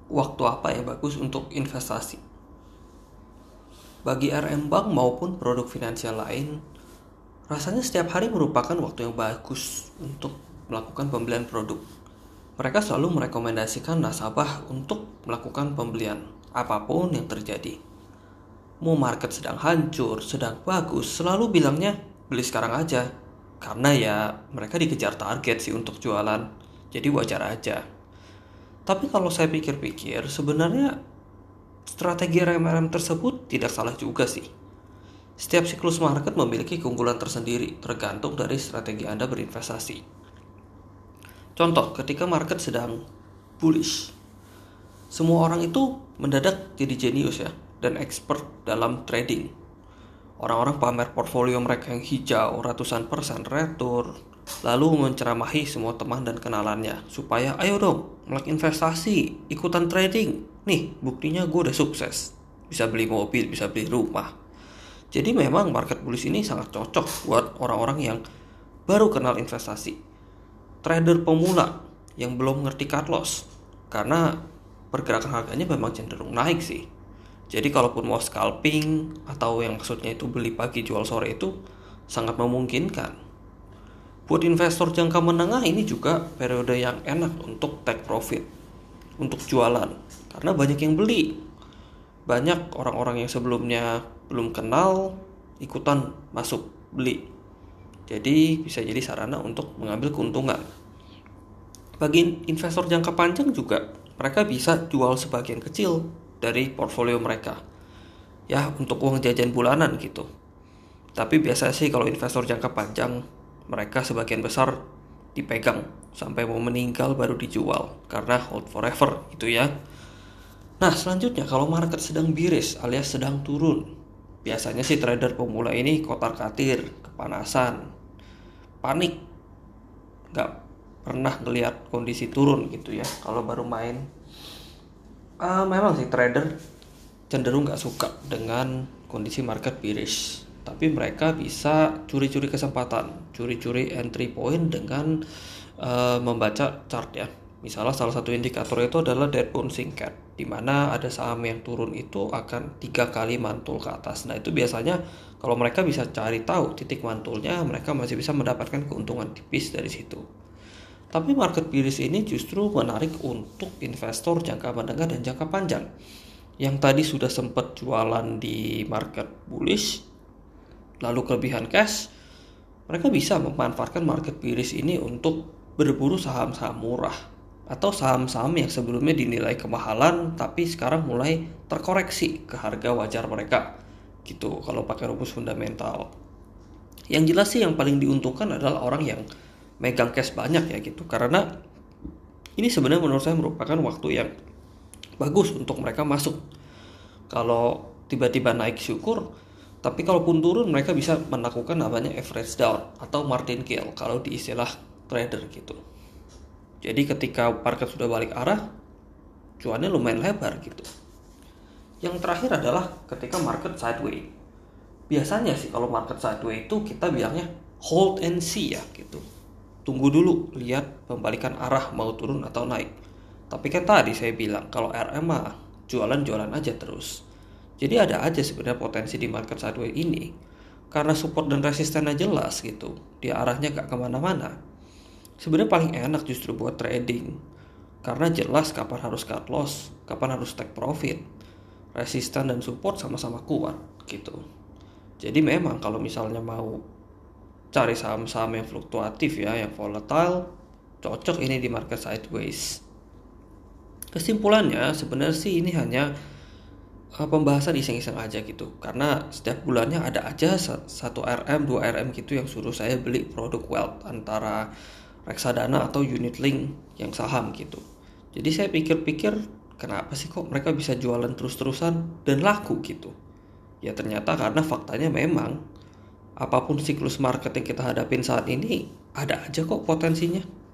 waktu apa yang bagus untuk investasi? Bagi RM Bank maupun produk finansial lain, rasanya setiap hari merupakan waktu yang bagus untuk melakukan pembelian produk. Mereka selalu merekomendasikan nasabah untuk melakukan pembelian apapun yang terjadi. Mau market sedang hancur, sedang bagus, selalu bilangnya beli sekarang aja. Karena ya mereka dikejar target sih untuk jualan, jadi wajar aja. Tapi kalau saya pikir-pikir, sebenarnya strategi RM-RM tersebut tidak salah juga sih. Setiap siklus market memiliki keunggulan tersendiri, tergantung dari strategi Anda berinvestasi. Contoh, ketika market sedang bullish, semua orang itu mendadak jadi jenius ya, dan expert dalam trading. Orang-orang pamer portfolio mereka yang hijau, ratusan persen retur, lalu menceramahi semua teman dan kenalannya, supaya ayo dong, melek investasi, ikutan trading. Nih, buktinya gue udah sukses. Bisa beli mobil, bisa beli rumah. Jadi memang market bullish ini sangat cocok buat orang-orang yang baru kenal investasi. Trader pemula yang belum ngerti cut loss. Karena pergerakan harganya memang cenderung naik sih. Jadi kalaupun mau scalping atau yang maksudnya itu beli pagi jual sore itu sangat memungkinkan. Buat investor jangka menengah ini juga periode yang enak untuk take profit, untuk jualan. Karena banyak yang beli. Banyak orang-orang yang sebelumnya belum kenal ikutan masuk beli. Jadi bisa jadi sarana untuk mengambil keuntungan. Bagi investor jangka panjang juga mereka bisa jual sebagian kecil dari portfolio mereka. Ya, untuk uang jajan bulanan gitu. Tapi biasa sih kalau investor jangka panjang, mereka sebagian besar dipegang sampai mau meninggal baru dijual karena hold forever gitu ya. Nah, selanjutnya kalau market sedang bearish alias sedang turun, biasanya sih trader pemula ini kotar-katir, kepanasan, panik, nggak pernah ngelihat kondisi turun gitu ya. Kalau baru main, memang sih trader cenderung nggak suka dengan kondisi market bearish. Tapi mereka bisa curi-curi kesempatan, curi-curi entry point dengan membaca chart ya. Misalnya salah satu indikator itu adalah dead bouncing cap, di mana ada saham yang turun itu akan 3 kali mantul ke atas. Nah itu biasanya kalau mereka bisa cari tahu titik mantulnya, mereka masih bisa mendapatkan keuntungan tipis dari situ. Tapi market bearish ini justru menarik untuk investor jangka menengah dan jangka panjang. Yang tadi sudah sempat jualan di market bullish, lalu kelebihan cash, mereka bisa memanfaatkan market bearish ini untuk berburu saham-saham murah atau saham-saham yang sebelumnya dinilai kemahalan tapi sekarang mulai terkoreksi ke harga wajar mereka gitu kalau pakai rumus fundamental. Yang jelas sih yang paling diuntungkan adalah orang yang megang cash banyak ya gitu, karena ini sebenarnya menurut saya merupakan waktu yang bagus untuk mereka masuk. Kalau tiba-tiba naik syukur, tapi kalaupun turun mereka bisa melakukan namanya average down atau martingale kalau di istilah trader gitu. Jadi ketika market sudah balik arah, cuannya lumayan lebar gitu. Yang terakhir adalah ketika market sideways. Biasanya sih kalau market sideways itu kita bilangnya hold and see ya gitu. Tunggu dulu, lihat pembalikan arah mau turun atau naik. Tapi kan tadi saya bilang kalau RM mah jualan-jualan aja terus. Jadi ada aja sebenarnya potensi di market sideways ini. Karena support dan resistennya jelas gitu. Dia arahnya gak kemana-mana. Sebenarnya paling enak justru buat trading. Karena jelas kapan harus cut loss, kapan harus take profit. Resisten dan support sama-sama kuat gitu. Jadi memang kalau misalnya mau cari saham-saham yang fluktuatif ya, yang volatile, cocok ini di market sideways. Kesimpulannya sebenarnya sih ini hanya pembahasan iseng-iseng aja gitu. Karena setiap bulannya ada aja 1 RM, 2 RM gitu yang suruh saya beli produk wealth antara reksadana atau unit link yang saham gitu. Jadi saya pikir-pikir kenapa sih kok mereka bisa jualan terus-terusan dan laku gitu. Ya ternyata karena faktanya memang apapun siklus market yang kita hadapin saat ini ada aja kok potensinya.